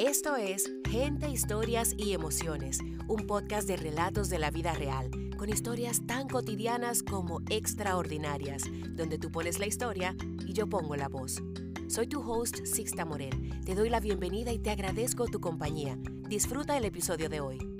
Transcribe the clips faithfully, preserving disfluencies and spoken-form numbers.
Esto es Gente, Historias y Emociones, un podcast de relatos de la vida real, con historias tan cotidianas como extraordinarias, donde tú pones la historia y yo pongo la voz. Soy tu host, Sixta Morel. Te doy la bienvenida y te agradezco tu compañía. Disfruta el episodio de hoy.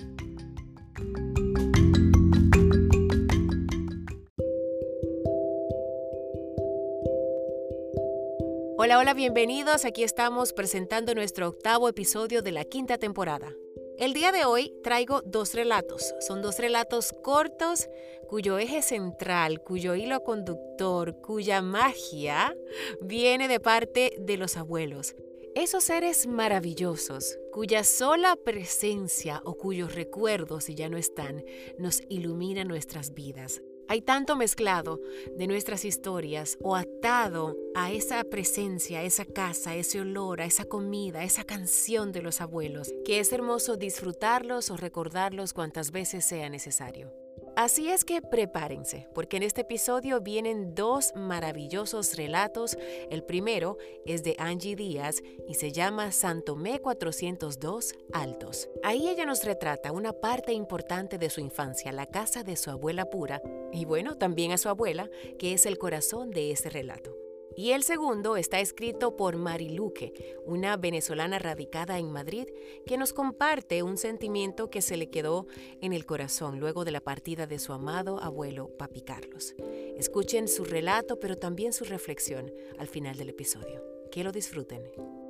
Hola, hola, bienvenidos. Aquí estamos presentando nuestro octavo episodio de la quinta temporada. El día de hoy traigo dos relatos. Son dos relatos cortos cuyo eje central, cuyo hilo conductor, cuya magia viene de parte de los abuelos. Esos seres maravillosos, cuya sola presencia o cuyos recuerdos, si ya no están, nos ilumina nuestras vidas. Hay tanto mezclado de nuestras historias o atado a esa presencia, a esa casa, a ese olor, a esa comida, a esa canción de los abuelos, que es hermoso disfrutarlos o recordarlos cuantas veces sea necesario. Así es que prepárense, porque en este episodio vienen dos maravillosos relatos. El primero es de Angie Díaz y se llama San Tomé cuatrocientos dos Altos. Ahí ella nos retrata una parte importante de su infancia, la casa de su abuela Pura, y bueno, también a su abuela, que es el corazón de ese relato. Y el segundo está escrito por Mariluque, una venezolana radicada en Madrid, que nos comparte un sentimiento que se le quedó en el corazón luego de la partida de su amado abuelo Papi Carlos. Escuchen su relato, pero también su reflexión al final del episodio. Que lo disfruten.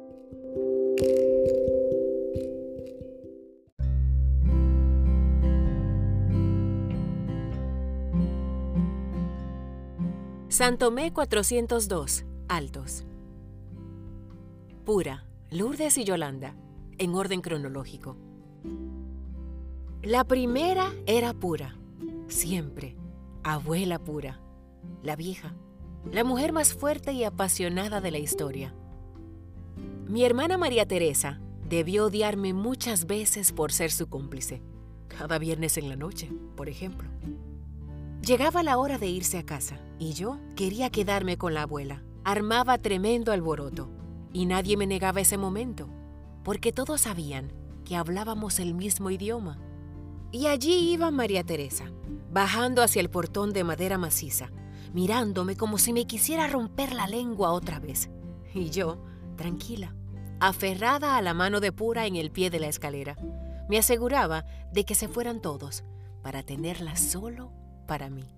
San Tomé cuatrocientos dos Altos. Pura, Lourdes y Yolanda, en orden cronológico. La primera era Pura, siempre, abuela Pura, la vieja, la mujer más fuerte y apasionada de la historia. Mi hermana María Teresa debió odiarme muchas veces por ser su cómplice, cada viernes en la noche, por ejemplo. Llegaba la hora de irse a casa y yo quería quedarme con la abuela. Armaba tremendo alboroto y nadie me negaba ese momento, porque todos sabían que hablábamos el mismo idioma. Y allí iba María Teresa, bajando hacia el portón de madera maciza, mirándome como si me quisiera romper la lengua otra vez. Y yo, tranquila, aferrada a la mano de Pura en el pie de la escalera, me aseguraba de que se fueran todos para tenerla solo para mí.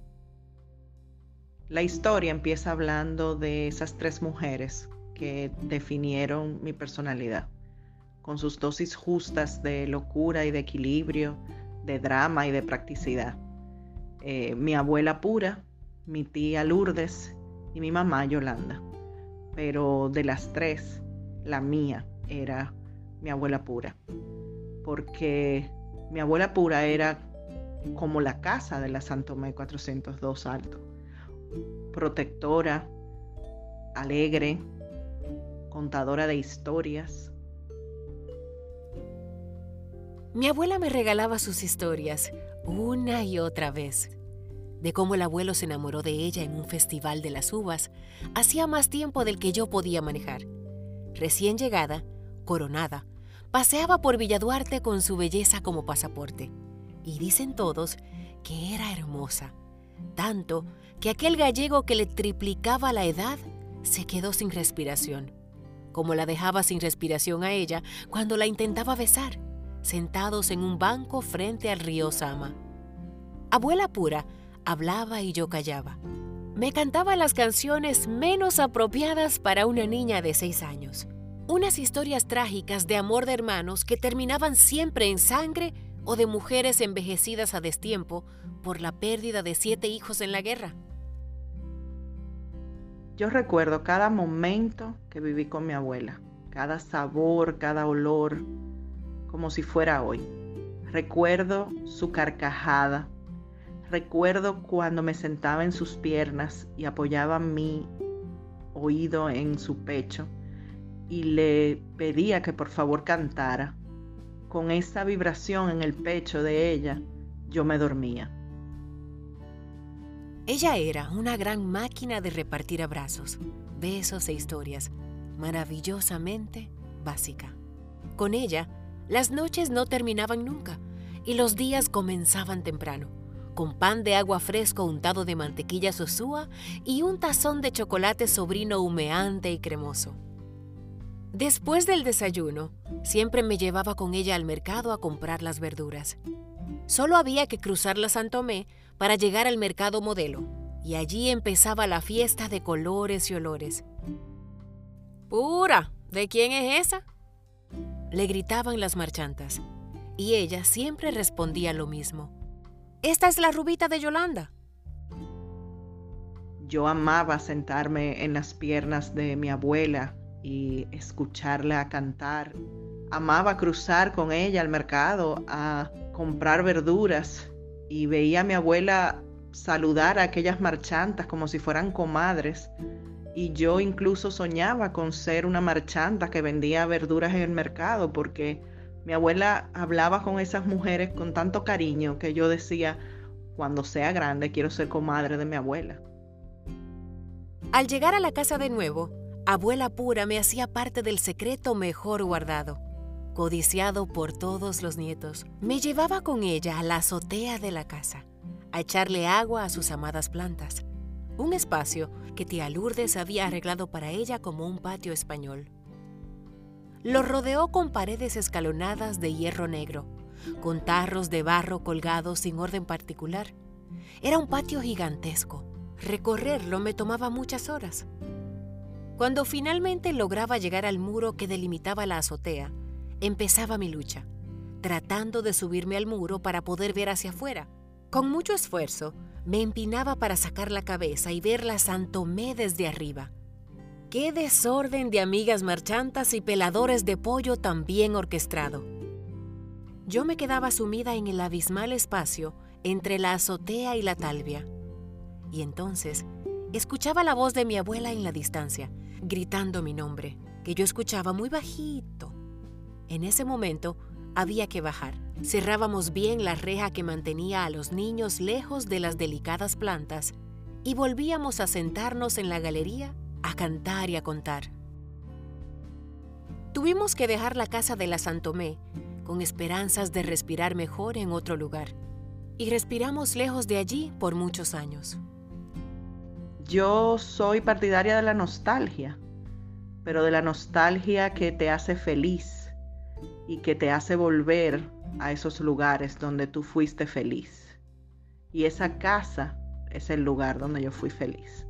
La historia empieza hablando de esas tres mujeres que definieron mi personalidad, con sus dosis justas de locura y de equilibrio, de drama y de practicidad. Eh, mi abuela Pura, mi tía Lourdes y mi mamá Yolanda. Pero de las tres, la mía era mi abuela Pura, porque mi abuela Pura era como la casa de la San Tomé cuatrocientos dos Altos. Protectora, alegre, contadora de historias. Mi abuela me regalaba sus historias una y otra vez, de cómo el abuelo se enamoró de ella en un festival de las uvas, hacía más tiempo del que yo podía manejar. Recién llegada, coronada, paseaba por Villa Duarte con su belleza como pasaporte. Y dicen todos que era hermosa, tanto que aquel gallego que le triplicaba la edad se quedó sin respiración, como la dejaba sin respiración a ella cuando la intentaba besar, sentados en un banco frente al río Sama. Abuela Pura hablaba y yo callaba. Me cantaba las canciones menos apropiadas para una niña de seis años. Unas historias trágicas de amor de hermanos que terminaban siempre en sangre o de mujeres envejecidas a destiempo por la pérdida de siete hijos en la guerra. Yo recuerdo cada momento que viví con mi abuela, cada sabor, cada olor, como si fuera hoy. Recuerdo su carcajada, recuerdo cuando me sentaba en sus piernas y apoyaba mi oído en su pecho y le pedía que por favor cantara. Con esa vibración en el pecho de ella, yo me dormía. Ella era una gran máquina de repartir abrazos, besos e historias, maravillosamente básica. Con ella, las noches no terminaban nunca y los días comenzaban temprano, con pan de agua fresco untado de mantequilla sosúa y un tazón de chocolate sobrino humeante y cremoso. Después del desayuno, siempre me llevaba con ella al mercado a comprar las verduras. Solo había que cruzar la San Tomé para llegar al mercado Modelo, y allí empezaba la fiesta de colores y olores. ¡Pura! ¿De quién es esa?, le gritaban las marchantas, y ella siempre respondía lo mismo. «Esta es la rubita de Yolanda». Yo amaba sentarme en las piernas de mi abuela y escucharla cantar. Amaba cruzar con ella al mercado a comprar verduras y veía a mi abuela saludar a aquellas marchantas como si fueran comadres. Y yo incluso soñaba con ser una marchanta que vendía verduras en el mercado, porque mi abuela hablaba con esas mujeres con tanto cariño que yo decía, cuando sea grande quiero ser comadre de mi abuela. Al llegar a la casa de nuevo, Abuela Pura me hacía parte del secreto mejor guardado. Codiciado por todos los nietos, me llevaba con ella a la azotea de la casa, a echarle agua a sus amadas plantas. Un espacio que tía Lourdes había arreglado para ella como un patio español. Lo rodeó con paredes escalonadas de hierro negro, con tarros de barro colgados sin orden particular. Era un patio gigantesco. Recorrerlo me tomaba muchas horas. Cuando finalmente lograba llegar al muro que delimitaba la azotea, empezaba mi lucha, tratando de subirme al muro para poder ver hacia afuera. Con mucho esfuerzo, me empinaba para sacar la cabeza y ver la San Tomé desde arriba. ¡Qué desorden de amigas marchantas y peladores de pollo tan bien orquestado! Yo me quedaba sumida en el abismal espacio entre la azotea y la talvia. Y entonces, escuchaba la voz de mi abuela en la distancia, gritando mi nombre, que yo escuchaba muy bajito. En ese momento, había que bajar. Cerrábamos bien la reja que mantenía a los niños lejos de las delicadas plantas y volvíamos a sentarnos en la galería a cantar y a contar. Tuvimos que dejar la casa de la San Tomé con esperanzas de respirar mejor en otro lugar, y respiramos lejos de allí por muchos años. Yo soy partidaria de la nostalgia, pero de la nostalgia que te hace feliz y que te hace volver a esos lugares donde tú fuiste feliz. Y esa casa es el lugar donde yo fui feliz.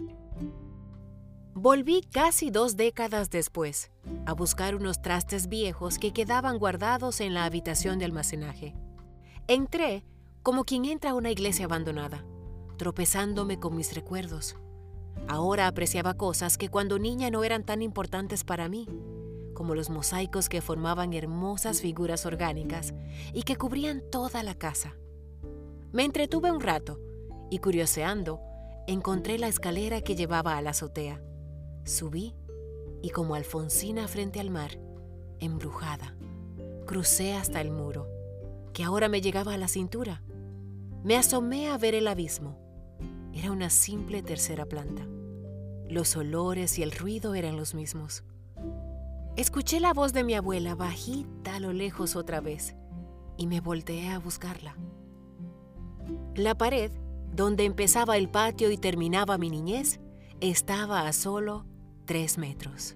Volví casi dos décadas después a buscar unos trastes viejos que quedaban guardados en la habitación de almacenaje. Entré como quien entra a una iglesia abandonada, tropezándome con mis recuerdos. Ahora apreciaba cosas que cuando niña no eran tan importantes para mí, como los mosaicos que formaban hermosas figuras orgánicas y que cubrían toda la casa. Me entretuve un rato y, curioseando, encontré la escalera que llevaba a la azotea. Subí y, como Alfonsina frente al mar, embrujada, crucé hasta el muro, que ahora me llegaba a la cintura. Me asomé a ver el abismo. Era una simple tercera planta. Los olores y el ruido eran los mismos. Escuché la voz de mi abuela bajita a lo lejos otra vez y me volteé a buscarla. La pared, donde empezaba el patio y terminaba mi niñez, estaba a solo tres metros.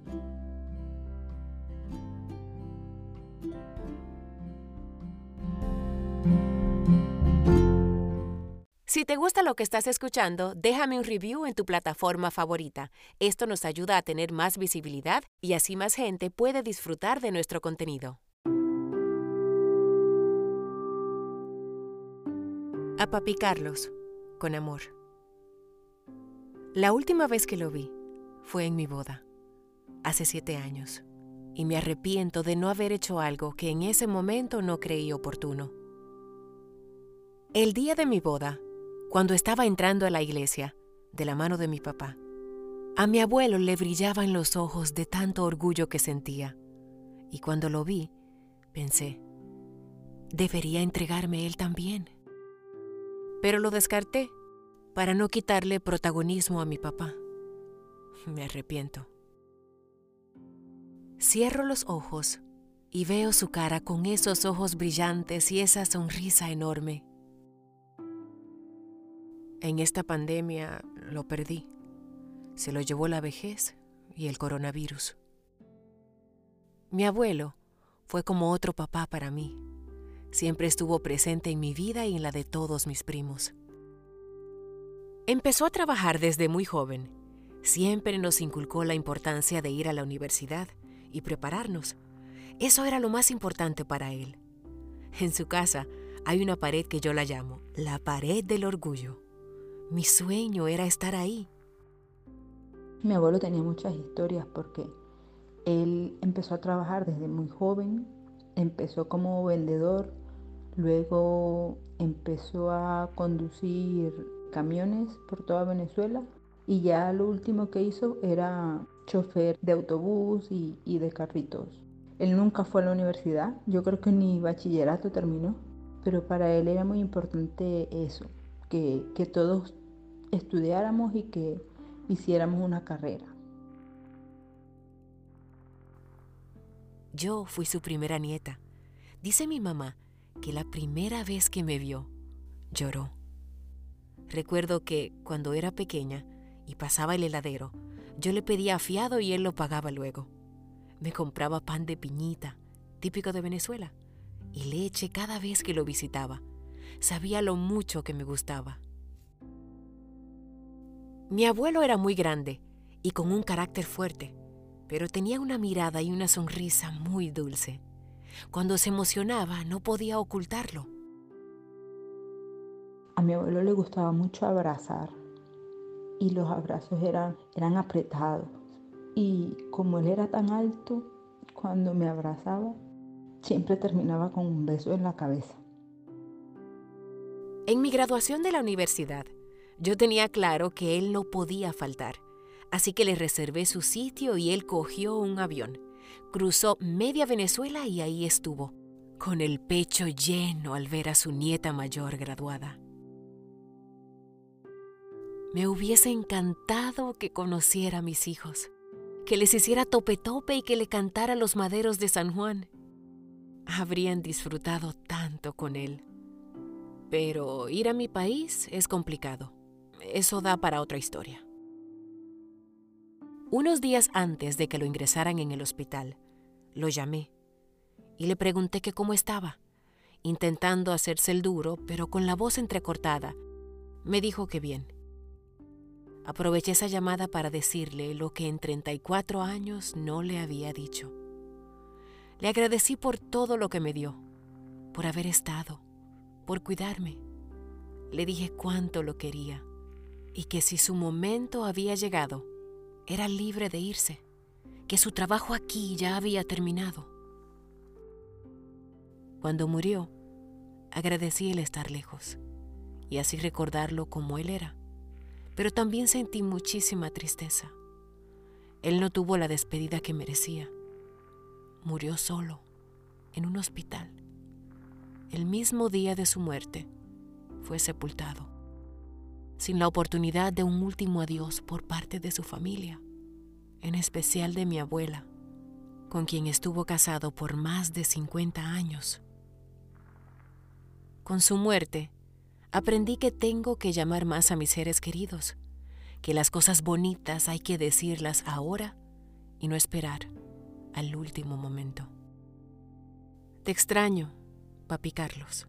Si te gusta lo que estás escuchando, déjame un review en tu plataforma favorita. Esto nos ayuda a tener más visibilidad y así más gente puede disfrutar de nuestro contenido. A Papi Carlos, con amor. La última vez que lo vi fue en mi boda, hace siete años, y me arrepiento de no haber hecho algo que en ese momento no creí oportuno. El día de mi boda, cuando estaba entrando a la iglesia, de la mano de mi papá, a mi abuelo le brillaban los ojos de tanto orgullo que sentía. Y cuando lo vi, pensé, debería entregarme él también. Pero lo descarté para no quitarle protagonismo a mi papá. Me arrepiento. Cierro los ojos y veo su cara con esos ojos brillantes y esa sonrisa enorme. En esta pandemia lo perdí. Se lo llevó la vejez y el coronavirus. Mi abuelo fue como otro papá para mí. Siempre estuvo presente en mi vida y en la de todos mis primos. Empezó a trabajar desde muy joven. Siempre nos inculcó la importancia de ir a la universidad y prepararnos. Eso era lo más importante para él. En su casa hay una pared que yo la llamo la pared del orgullo. Mi sueño era estar ahí. Mi abuelo tenía muchas historias porque él empezó a trabajar desde muy joven, empezó como vendedor, luego empezó a conducir camiones por toda Venezuela y ya lo último que hizo era chofer de autobús y, y de carritos. Él nunca fue a la universidad, yo creo que ni bachillerato terminó, pero para él era muy importante eso, que, que todos estudiáramos y que hiciéramos una carrera. Yo fui su primera nieta. Dice mi mamá que la primera vez que me vio, lloró. Recuerdo que cuando era pequeña y pasaba el heladero, yo le pedía fiado y él lo pagaba luego. Me compraba pan de piñita, típico de Venezuela, y leche cada vez que lo visitaba. Sabía lo mucho que me gustaba. Mi abuelo era muy grande y con un carácter fuerte, pero tenía una mirada y una sonrisa muy dulce. Cuando se emocionaba, no podía ocultarlo. A mi abuelo le gustaba mucho abrazar y los abrazos eran, eran apretados. Y como él era tan alto, cuando me abrazaba, siempre terminaba con un beso en la cabeza. En mi graduación de la universidad, yo tenía claro que él no podía faltar, así que le reservé su sitio y él cogió un avión. Cruzó media Venezuela y ahí estuvo, con el pecho lleno al ver a su nieta mayor graduada. Me hubiese encantado que conociera a mis hijos, que les hiciera tope-tope y que le cantara los maderos de San Juan. Habrían disfrutado tanto con él. Pero ir a mi país es complicado. Eso da para otra historia. Unos días antes de que lo ingresaran en el hospital, lo llamé y le pregunté que cómo estaba, intentando hacerse el duro, pero con la voz entrecortada. Me dijo que bien. Aproveché esa llamada para decirle lo que en treinta y cuatro años no le había dicho. Le agradecí por todo lo que me dio, por haber estado, por cuidarme. Le dije cuánto lo quería y que si su momento había llegado, era libre de irse, que su trabajo aquí ya había terminado. Cuando murió, agradecí el estar lejos y así recordarlo como él era, pero también sentí muchísima tristeza. Él no tuvo la despedida que merecía. Murió solo, en un hospital. El mismo día de su muerte, fue sepultado, sin la oportunidad de un último adiós por parte de su familia, en especial de mi abuela, con quien estuvo casado por más de cincuenta años. Con su muerte, aprendí que tengo que llamar más a mis seres queridos, que las cosas bonitas hay que decirlas ahora y no esperar al último momento. Te extraño, Papi Carlos.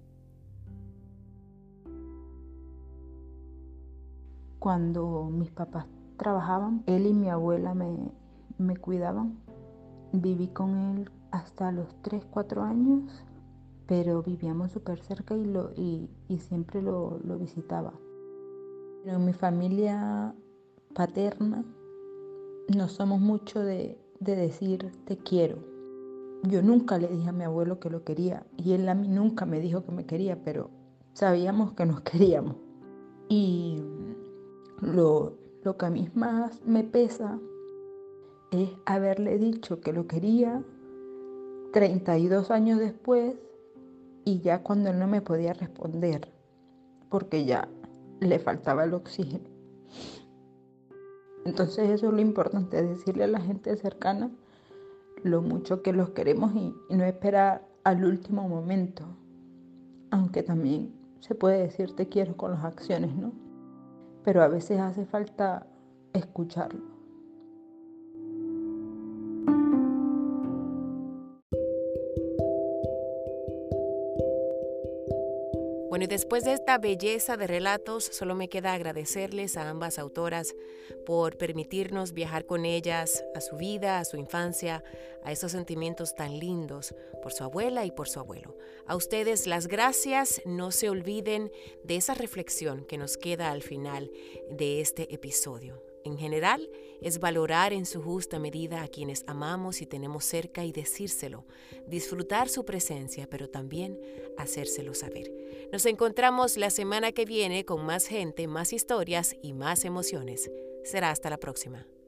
Cuando mis papás trabajaban, él y mi abuela me, me cuidaban. Viví con él hasta los tres, cuatro años, pero vivíamos súper cerca y, lo, y, y siempre lo, lo visitaba. Pero en mi familia paterna no somos mucho de, de decir te quiero. Yo nunca le dije a mi abuelo que lo quería y él a mí nunca me dijo que me quería, pero sabíamos que nos queríamos. Y lo, lo que a mí más me pesa es haberle dicho que lo quería treinta y dos años después y ya cuando él no me podía responder porque ya le faltaba el oxígeno. Entonces eso es lo importante, decirle a la gente cercana lo mucho que los queremos y, y no esperar al último momento. Aunque también se puede decir te quiero con las acciones, ¿no? Pero a veces hace falta escucharlo. Bueno, y después de esta belleza de relatos, solo me queda agradecerles a ambas autoras por permitirnos viajar con ellas a su vida, a su infancia, a esos sentimientos tan lindos, por su abuela y por su abuelo. A ustedes las gracias, no se olviden de esa reflexión que nos queda al final de este episodio. En general, es valorar en su justa medida a quienes amamos y tenemos cerca y decírselo, disfrutar su presencia, pero también hacérselo saber. Nos encontramos la semana que viene con más gente, más historias y más emociones. Será hasta la próxima.